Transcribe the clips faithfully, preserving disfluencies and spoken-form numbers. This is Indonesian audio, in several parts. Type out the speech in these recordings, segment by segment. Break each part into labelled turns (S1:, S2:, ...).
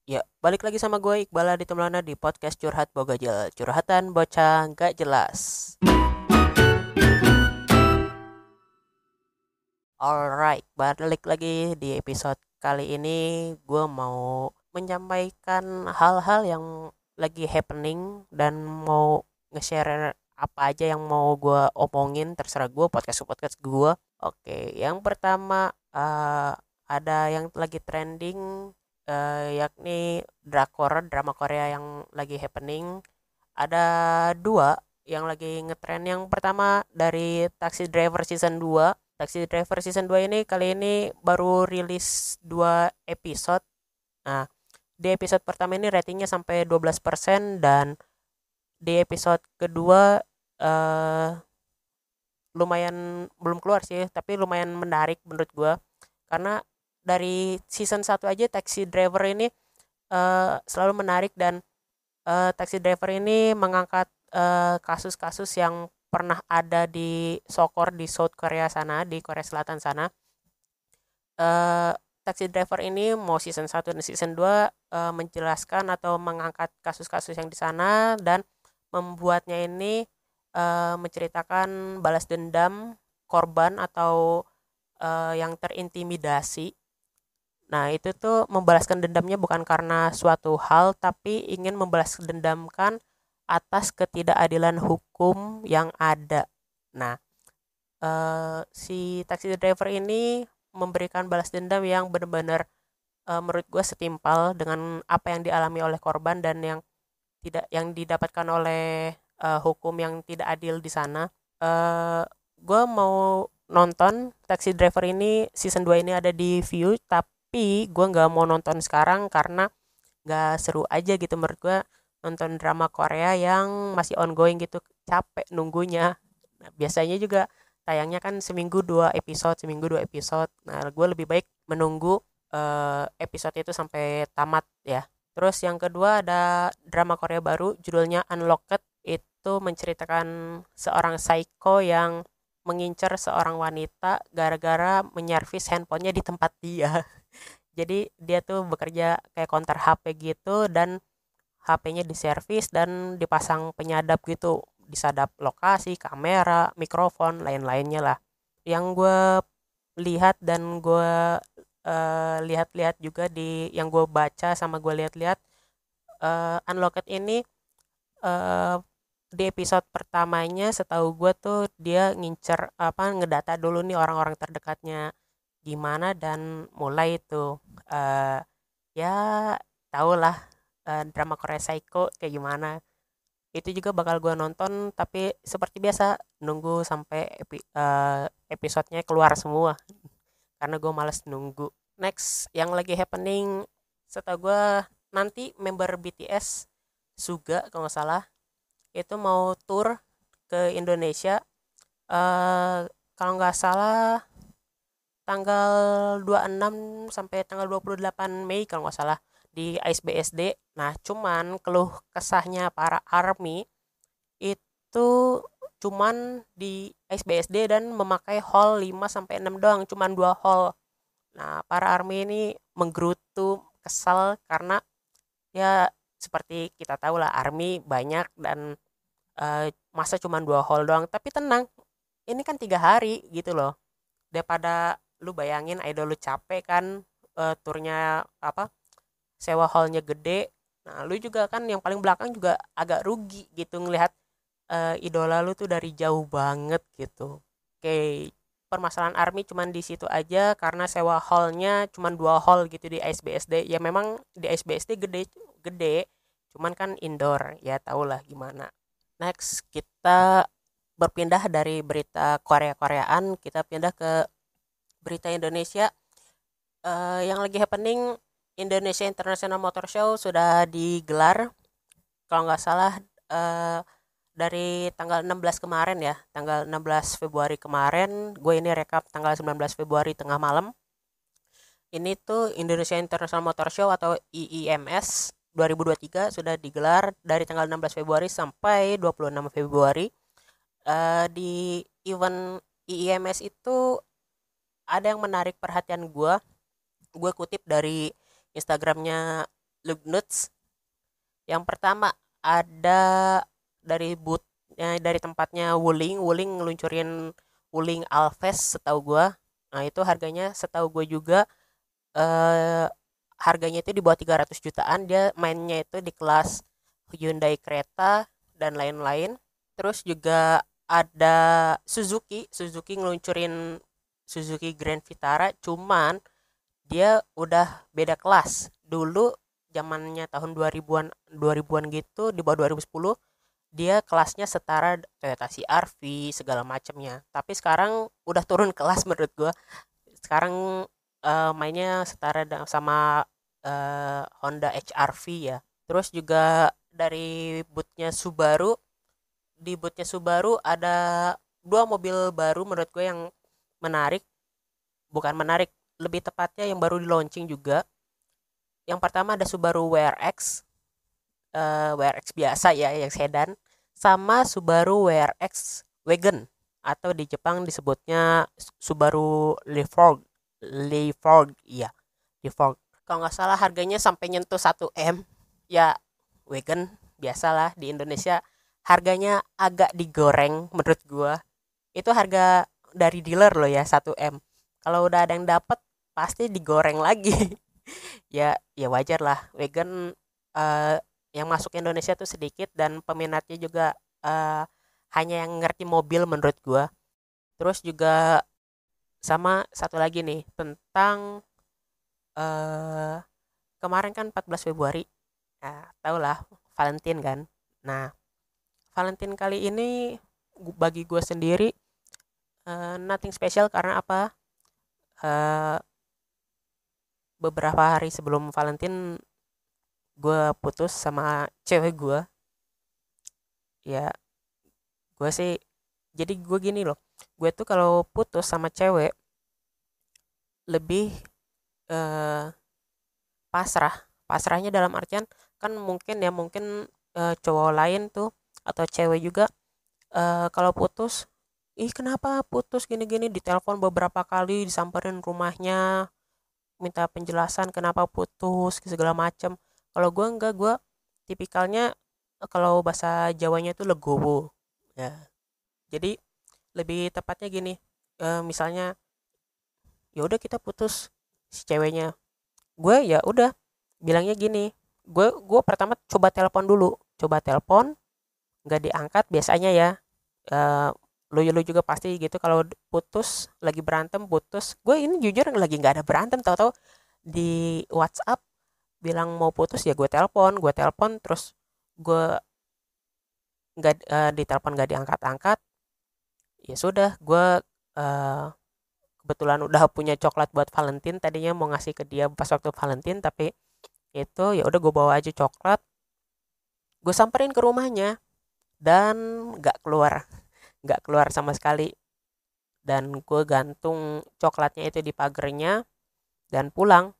S1: Ya, balik lagi sama gue Iqbal di Temlana di podcast Curhat Bogajel. Curhatan bocah gak jelas. Alright, balik lagi di episode kali ini gue mau menyampaikan hal-hal yang lagi happening dan mau nge-share apa aja yang mau gue omongin terserah gue podcast-podcast gue. Oke, yang pertama eh, ada yang lagi trending eh, yakni drakor drama Korea yang lagi happening. Ada dua yang lagi ngetren. Yang pertama dari Taxi Driver Season dua. Taxi Driver Season dua ini kali ini baru rilis dua episode. Nah, di episode pertama ini ratingnya sampai dua belas persen dan di episode kedua eh, lumayan belum keluar sih, tapi lumayan menarik menurut gua karena dari season satu aja Taxi Driver ini eh, selalu menarik dan eh, Taxi Driver ini mengangkat eh, kasus-kasus yang pernah ada di Sokor di South Korea sana, di Korea Selatan sana. eh Taxi Driver ini mau season satu dan season dua eh, menjelaskan atau mengangkat kasus-kasus yang di sana dan membuatnya ini eh, menceritakan balas dendam korban atau eh, yang terintimidasi. Nah, itu tuh membalaskan dendamnya bukan karena suatu hal, tapi ingin membalas dendamkan atas ketidakadilan hukum yang ada. Nah, eh, si taxi driver ini memberikan balas dendam yang benar-benar eh, menurut gue setimpal dengan apa yang dialami oleh korban dan yang tidak yang didapatkan oleh eh, hukum yang tidak adil di sana. Eh, gue mau nonton Taxi Driver ini season dua ini ada di View, tapi gue nggak mau nonton sekarang karena nggak seru aja gitu menurut gue nonton drama Korea yang masih ongoing gitu, capek nunggunya. Nah, biasanya juga tayangnya kan seminggu dua episode, seminggu dua episode. Nah, gue lebih baik menunggu eh, episode itu sampai tamat ya. Terus yang kedua ada drama Korea baru judulnya Unlocked. Itu menceritakan seorang psycho yang mengincar seorang wanita gara-gara menyervis handphonenya di tempat dia. Jadi dia tuh bekerja kayak counter H P gitu dan H P-nya diservis dan dipasang penyadap gitu, disadap lokasi, kamera, mikrofon, lain-lainnya lah. Yang gue lihat dan gue eh, lihat-lihat juga di yang gue baca sama gue lihat-lihat eh, Unlocked ini eh, di episode pertamanya setahu gue tuh dia ngincer apa ngedata dulu nih orang-orang terdekatnya gimana dan mulai itu eh ya tau lah eh, drama Korea Psycho kayak gimana. Itu juga bakal gue nonton tapi seperti biasa nunggu sampai epi, eh, episodenya keluar semua karena gue males nunggu. Next yang lagi happening setahu gue nanti member B T S Suga kalau nggak salah itu mau tour ke Indonesia. eh Kalau nggak salah tanggal dua puluh enam sampai tanggal dua puluh delapan Mei kalau nggak salah di A S B S D. Nah, cuman keluh kesahnya para ARMY itu cuman di A S B S D dan memakai hall lima sampai enam doang, cuman dua hall. Nah, para ARMY ini menggerutu, kesal karena ya seperti kita tahu lah ARMY banyak dan eh, masa cuman dua hall doang. Tapi tenang, ini kan tiga hari gitu loh. Daripada lu bayangin idol lu capek kan eh, turnya apa sewa hallnya gede. Nah, lu juga kan yang paling belakang juga agak rugi gitu ngelihat eh, idola lu tuh dari jauh banget gitu. Oke, permasalahan ARMY cuman di situ aja karena sewa hallnya cuman dua hall gitu di A S B S D. Ya memang di A S B S D gede gede, cuman kan indoor ya tau lah gimana. Next kita berpindah dari berita Korea-Koreaan kita pindah ke berita Indonesia. Eh, yang lagi happening Indonesia International Motor Show sudah digelar kalau nggak salah eh, dari tanggal enam belas kemarin ya, tanggal enam belas Februari kemarin. Gue ini rekap tanggal sembilan belas Februari tengah malam. Ini tuh Indonesia International Motor Show atau I I M S dua ribu dua puluh tiga sudah digelar dari tanggal enam belas Februari sampai dua puluh enam Februari. Eh, di event I I M S itu ada yang menarik perhatian gue. Gue kutip dari Instagramnya Lug Nuts. Yang pertama ada dari boot eh, dari tempatnya Wuling. Wuling ngeluncurin Wuling Alves setahu gua. Nah, itu harganya setahu gue juga eh harganya itu di bawah tiga ratus jutaan. Dia mainnya itu di kelas Hyundai Creta dan lain-lain. Terus juga ada Suzuki. Suzuki ngeluncurin Suzuki Grand Vitara, cuman dia udah beda kelas. Dulu zamannya tahun dua ribuan dua ribuan gitu, di bawah dua ribu sepuluh dia kelasnya setara Toyota C R-V segala macamnya. Tapi sekarang udah turun kelas menurut gua. Sekarang eh, mainnya setara sama eh, Honda H R-V ya. Terus juga dari bootnya Subaru, di bootnya Subaru ada dua mobil baru menurut gue yang menarik. Bukan menarik, lebih tepatnya yang baru di launching juga. Yang pertama ada Subaru W R X, eh, W R X biasa ya, yang sedan, sama Subaru W R X Wagon atau di Jepang disebutnya Subaru Leapfrog. Leapfrog, iya, Leapfrog. Kalau nggak salah harganya sampai nyentuh satu M. Ya, Wagon biasalah di Indonesia harganya agak digoreng menurut gua. Itu harga dari dealer loh ya, satu M. Kalau udah ada yang dapat pasti digoreng lagi. Ya, ya wajar lah. Wagon eh, yang masuk Indonesia tuh sedikit dan peminatnya juga eh, hanya yang ngerti mobil menurut gua. Terus juga sama satu lagi nih tentang eh kemarin kan empat belas Februari. Nah, tau lah Valentine kan. Nah, Valentine kali ini gu- bagi gue sendiri eh, nothing special karena apa? Eh, beberapa hari sebelum Valentine gue putus sama cewek gue. Ya, gue sih jadi gue gini loh. Gue tuh kalau putus sama cewek lebih eh, pasrah. Pasrahnya dalam artian kan mungkin ya mungkin eh, cowok lain tuh atau cewek juga eh, kalau putus, ih kenapa putus gini-gini, ditelepon beberapa kali, disamperin rumahnya, minta penjelasan kenapa putus segala macam. Kalau gue enggak, gue tipikalnya eh, kalau bahasa Jawanya tuh legowo ya. Jadi lebih tepatnya gini, eh, misalnya ya udah kita putus si ceweknya, gue ya udah bilangnya gini, gue gue pertama coba telepon dulu, coba telepon nggak diangkat biasanya ya. eh, lu lu juga pasti gitu kalau putus lagi berantem putus, gue ini jujur lagi nggak ada berantem, tahu-tahu di WhatsApp bilang mau putus, ya gue telepon gue telepon terus gue nggak uh, di telepon nggak diangkat-angkat. Ya sudah, gue eh, kebetulan udah punya coklat buat Valentine, tadinya mau ngasih ke dia pas waktu Valentine, tapi itu ya udah gue bawa aja coklat, gue samperin ke rumahnya dan nggak keluar nggak keluar sama sekali, dan gue gantung coklatnya itu di pagernya dan pulang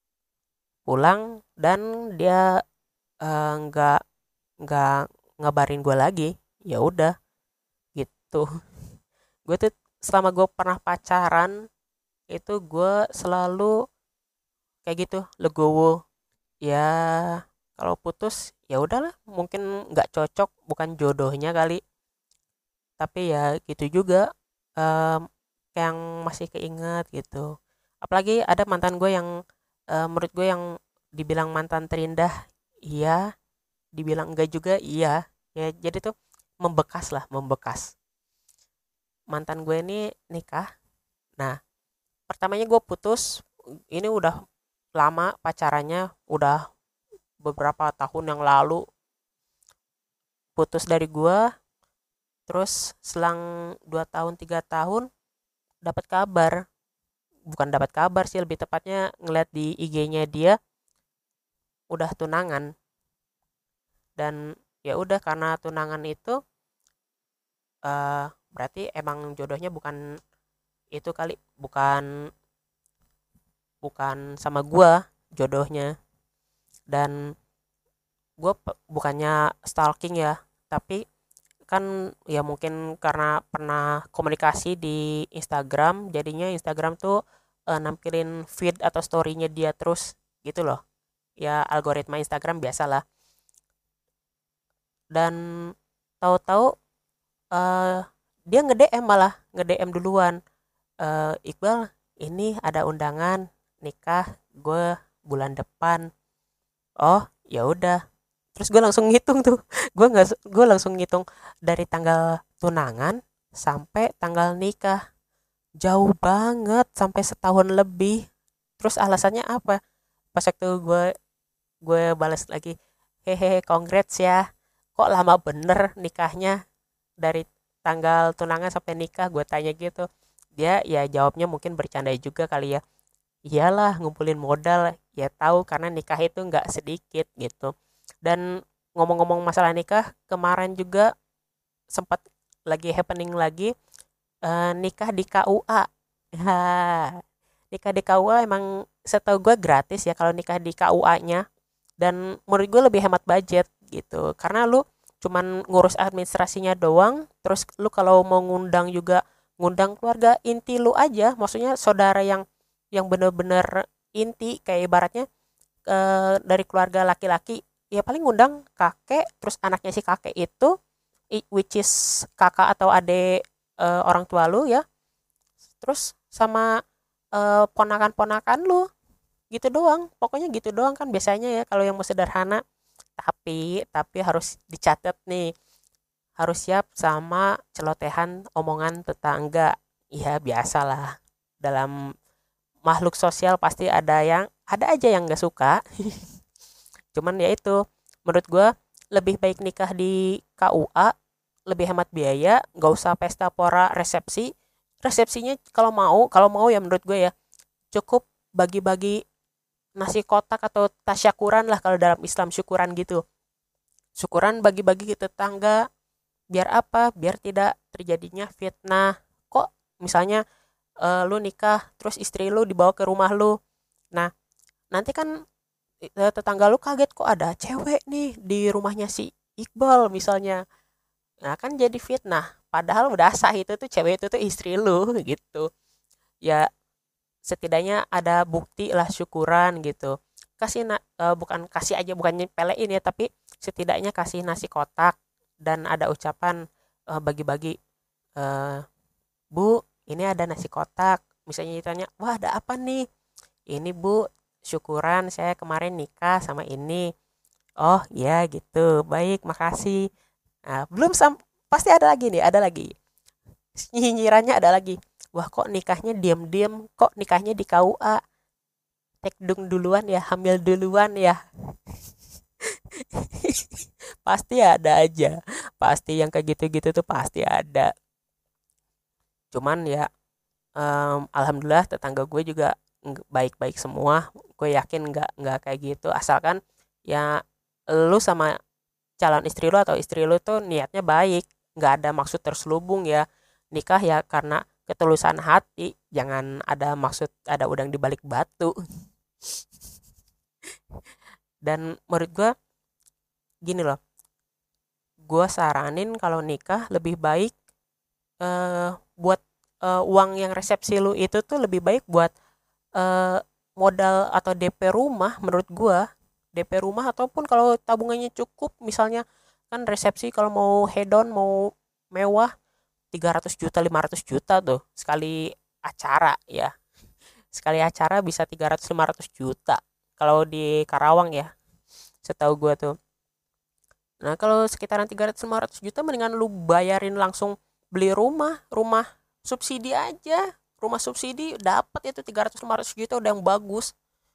S1: pulang dan dia eh, nggak nggak ngabarin gue lagi. Ya udah gitu. Gue tuh selama gue pernah pacaran itu gue selalu kayak gitu, legowo. Ya kalau putus ya udahlah, mungkin nggak cocok, bukan jodohnya kali, tapi ya gitu juga. em, yang masih keinget gitu, apalagi ada mantan gue yang eh, menurut gue yang dibilang mantan terindah iya, dibilang enggak juga iya. Ya jadi tuh membekas lah, membekas. Mantan gue ini nikah. Nah, pertamanya gue putus ini udah lama pacarannya, udah beberapa tahun yang lalu putus dari gue. Terus selang dua tahun tiga tahun dapat kabar, bukan dapat kabar sih, lebih tepatnya ngeliat di I G-nya dia udah tunangan. Dan ya udah, karena tunangan itu eh berarti emang jodohnya bukan itu kali, bukan bukan sama gua jodohnya. Dan gua pe- bukannya stalking ya, tapi kan ya mungkin karena pernah komunikasi di Instagram, jadinya Instagram tuh eh, nampilin feed atau story-nya dia terus gitu loh. ya algoritma Instagram biasalah. Dan tahu-tahu eh dia nge-D M, malah nge-D M duluan. Eh, Iqbal, ini ada undangan nikah gue bulan depan. Oh, ya udah. Terus gue langsung ngitung tuh. Gue nggak, gue langsung ngitung dari tanggal tunangan sampai tanggal nikah. Jauh banget, sampai setahun lebih. Terus alasannya apa? Pas waktu gue gue balas lagi, hehehe, congrats ya. Kok lama bener nikahnya, dari tanggal tunangan sampai nikah, gue tanya gitu. Dia ya jawabnya mungkin bercanda juga kali ya. Iyalah, ngumpulin modal. Ya tahu karena nikah itu nggak sedikit gitu. Dan ngomong-ngomong masalah nikah, kemarin juga sempat lagi happening lagi, eh, nikah di K U A. Ha, nikah di K U A emang setahu gue gratis ya kalau nikah di K U A-nya. Dan menurut gue lebih hemat budget gitu. Karena lu cuman ngurus administrasinya doang, terus lu kalau mau ngundang juga ngundang keluarga inti lu aja, maksudnya saudara yang yang bener-bener inti, kayak ibaratnya eh, dari keluarga laki-laki, ya paling ngundang kakek, terus anaknya si kakek itu, i- which is kakak atau adik eh, orang tua lu ya, terus sama eh, ponakan-ponakan lu, gitu doang, pokoknya gitu doang kan biasanya ya kalau yang mau sederhana. Tapi tapi harus dicatat nih, harus siap sama celotehan omongan tetangga. Ya biasalah, dalam makhluk sosial pasti ada yang ada aja yang nggak suka. Cuman ya itu, menurut gue lebih baik nikah di K U A, lebih hemat biaya, nggak usah pesta pora resepsi. Resepsinya kalau mau kalau mau ya menurut gue ya cukup bagi-bagi nasi kotak atau tasyakuran lah kalau dalam Islam, syukuran gitu. Syukuran bagi-bagi ke tetangga, biar apa? Biar tidak terjadinya fitnah. Kok misalnya eh, lu nikah terus istri lu dibawa ke rumah lu. Nah, nanti kan eh, tetangga lu kaget, kok ada cewek nih di rumahnya si Iqbal misalnya. Nah, kan jadi fitnah. Padahal udah sah itu tuh cewek itu tuh istri lu gitu. Ya setidaknya ada bukti lah, syukuran gitu. Kasih na- eh, bukan kasih aja, bukannya pelein ya, tapi setidaknya kasih nasi kotak dan ada ucapan eh, bagi-bagi, eh, Bu, ini ada nasi kotak. Misalnya ditanya, wah ada apa nih? Ini Bu, syukuran saya kemarin nikah sama ini. Oh ya gitu, baik makasih. Nah, belum sam pasti ada lagi nih, ada lagi. Nyinyirannya ada lagi. Wah kok nikahnya diam-diam, kok nikahnya di K U A. Tekdung duluan ya, hamil duluan ya. Pasti ada aja. Pasti yang kayak gitu-gitu tuh pasti ada. Cuman ya em, alhamdulillah tetangga gue juga ng- baik-baik semua. Gue yakin nggak nggak kayak gitu. Asalkan ya lu sama calon istri lu atau istri lu tuh niatnya baik, nggak ada maksud terselubung ya. Nikah ya karena ketulusan hati, jangan ada maksud ada udang di balik batu. Dan menurut gue gini loh, gue saranin kalau nikah lebih baik eh, buat eh, uang yang resepsi lu itu tuh lebih baik buat eh, modal atau D P rumah menurut gue. D P rumah, ataupun kalau tabungannya cukup, misalnya kan resepsi kalau mau hedon, mau mewah, tiga ratus juta lima ratus juta tuh sekali acara ya. Sekali acara bisa tiga ratus lima ratus juta kalau di Karawang ya, setahu gue tuh. Nah, kalau sekitaran tiga ratus lima ratus juta mendingan lu bayarin langsung beli rumah, rumah subsidi aja. Rumah subsidi dapat itu tiga ratus lima ratus juta udah yang bagus.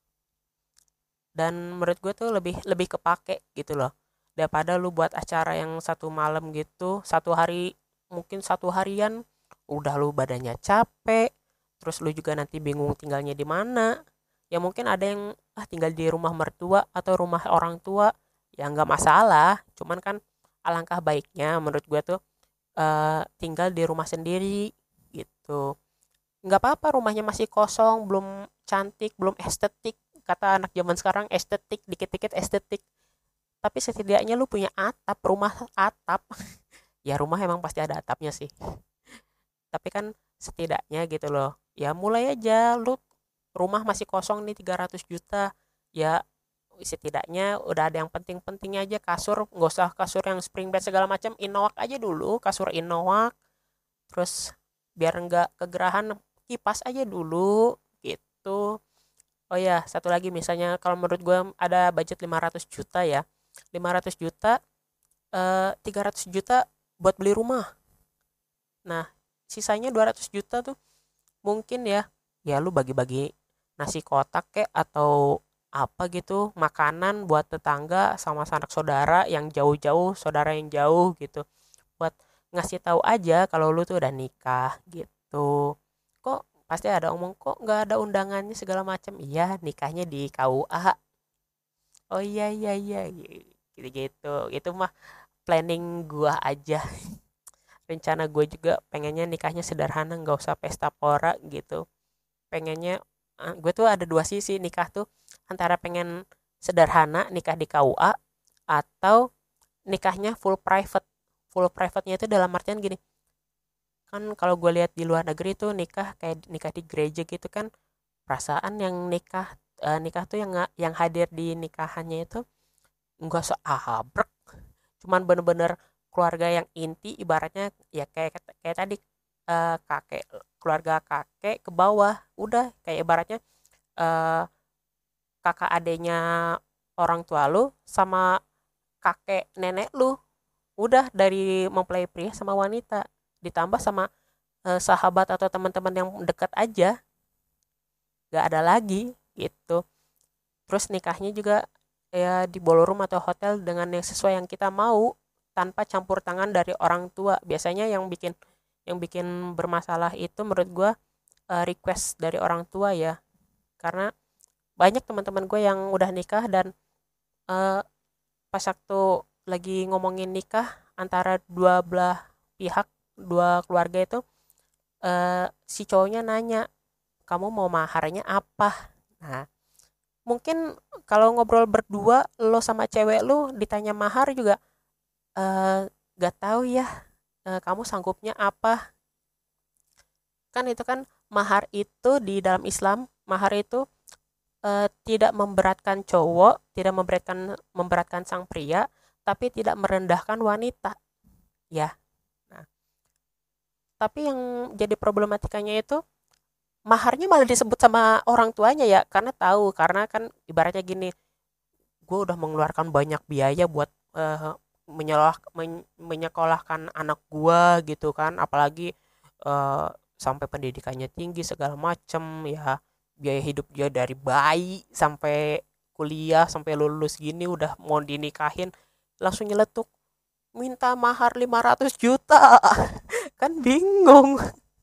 S1: Dan menurut gue tuh lebih lebih kepake gitu loh. Daripada lu buat acara yang satu malam gitu, satu hari, mungkin satu harian udah lu badannya capek, terus lu juga nanti bingung tinggalnya di mana. Ya mungkin ada yang ah tinggal di rumah mertua atau rumah orang tua, ya nggak masalah. Cuman kan alangkah baiknya menurut gue tuh eh, tinggal di rumah sendiri gitu. Nggak apa-apa rumahnya masih kosong, belum cantik, belum estetik. Kata anak zaman sekarang estetik, dikit-dikit estetik. Tapi setidaknya lu punya atap, rumah atap. Ya rumah emang pasti ada atapnya sih. Tapi kan setidaknya gitu loh. Ya mulai aja, lu rumah masih kosong nih tiga ratus juta. Ya setidaknya udah ada yang penting-pentingnya aja, kasur nggak usah kasur yang spring bed segala macam, Innowak aja dulu, kasur Innowak. Terus biar nggak kegerahan, kipas aja dulu gitu. Oh ya, satu lagi, misalnya kalau menurut gue ada budget lima ratus juta ya, lima ratus juta, eh, tiga ratus juta buat beli rumah. Nah, sisanya dua ratus juta tuh mungkin ya, ya lu bagi-bagi nasi kotak kek atau apa gitu, makanan buat tetangga sama sanak saudara yang jauh-jauh, saudara yang jauh gitu. Buat ngasih tahu aja kalau lu tuh udah nikah gitu. Kok pasti ada omong, kok nggak ada undangannya segala macam. Iya, nikahnya di K U A. Oh iya iya iya, gitu-gitu. Itu mah planning gua aja. Rencana gue juga pengennya nikahnya sederhana, nggak usah pesta pora gitu. Pengennya, eh, gue tuh ada dua sisi nikah tuh, antara pengen sederhana nikah di K U A, atau nikahnya full private. Full private-nya itu dalam artian gini, kan kalau gue lihat di luar negeri tuh nikah kayak nikah di gereja gitu kan, perasaan yang nikah, eh, nikah tuh yang nga- yang hadir di nikahannya itu nggak seabrek, cuman bener-bener keluarga yang inti, ibaratnya ya kayak kayak tadi, eh, kakek, keluarga kakek ke bawah, udah kayak ibaratnya, eh, kakak adenya orang tua lu sama kakek nenek lu, udah dari mempelai pria sama wanita, ditambah sama eh, sahabat atau teman-teman yang dekat aja, gak ada lagi gitu. Terus nikahnya juga ya di ballroom atau hotel dengan yang sesuai yang kita mau, tanpa campur tangan dari orang tua. Biasanya yang bikin yang bikin bermasalah itu menurut gue, eh, request dari orang tua ya. Karena banyak teman-teman gue yang udah nikah dan, eh, pas waktu lagi ngomongin nikah antara dua belah pihak, dua keluarga itu, eh, si cowoknya nanya, kamu mau maharnya apa? Nah, mungkin kalau ngobrol berdua lo sama cewek lu ditanya mahar juga, eh gak tahu ya, eh, kamu sanggupnya apa. Kan itu kan, mahar itu di dalam Islam, mahar itu, eh, tidak memberatkan cowok, tidak memberatkan memberatkan sang pria, tapi tidak merendahkan wanita ya. Nah, tapi yang jadi problematikanya itu, maharnya malah disebut sama orang tuanya ya, karena tahu, karena kan ibaratnya gini, gue udah mengeluarkan banyak biaya buat, eh, menyekolah men- menyekolahkan anak gue gitu kan, apalagi, eh, sampai pendidikannya tinggi segala macem ya, biaya hidup dia dari bayi sampai kuliah sampai lulus gini udah mau dinikahin, langsung nyeletuk minta mahar lima ratus juta. Kan bingung,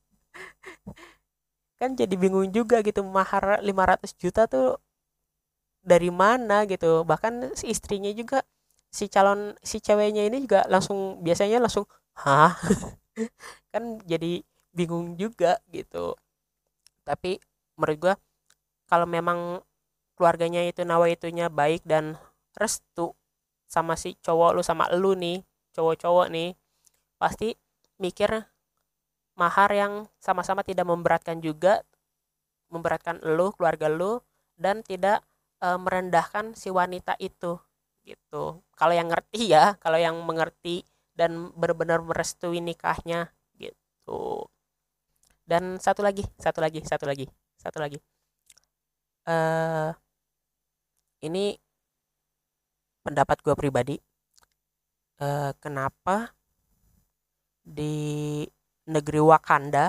S1: kan jadi bingung juga gitu, mahar lima ratus juta tuh dari mana gitu. Bahkan si istrinya juga, si calon si ceweknya ini juga langsung, biasanya langsung hah. Kan jadi bingung juga gitu. Tapi menurut gua, kalau memang keluarganya itu nawaitunya baik dan restu sama si cowok lu sama elu nih, cowok-cowok nih, pasti mikir mahar yang sama-sama tidak memberatkan juga, memberatkan elu, keluarga lu, dan tidak, eh, merendahkan si wanita itu gitu. Kalau yang ngerti ya, kalau yang mengerti dan benar-benar merestui nikahnya gitu. Dan satu lagi, satu lagi, satu lagi, satu lagi. Eh ini pendapat gue pribadi. Eh kenapa di negeri Wakanda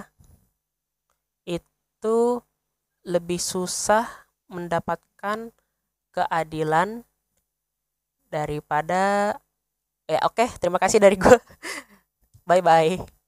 S1: itu lebih susah mendapatkan keadilan daripada, ya oke, terima kasih dari gue. Bye bye.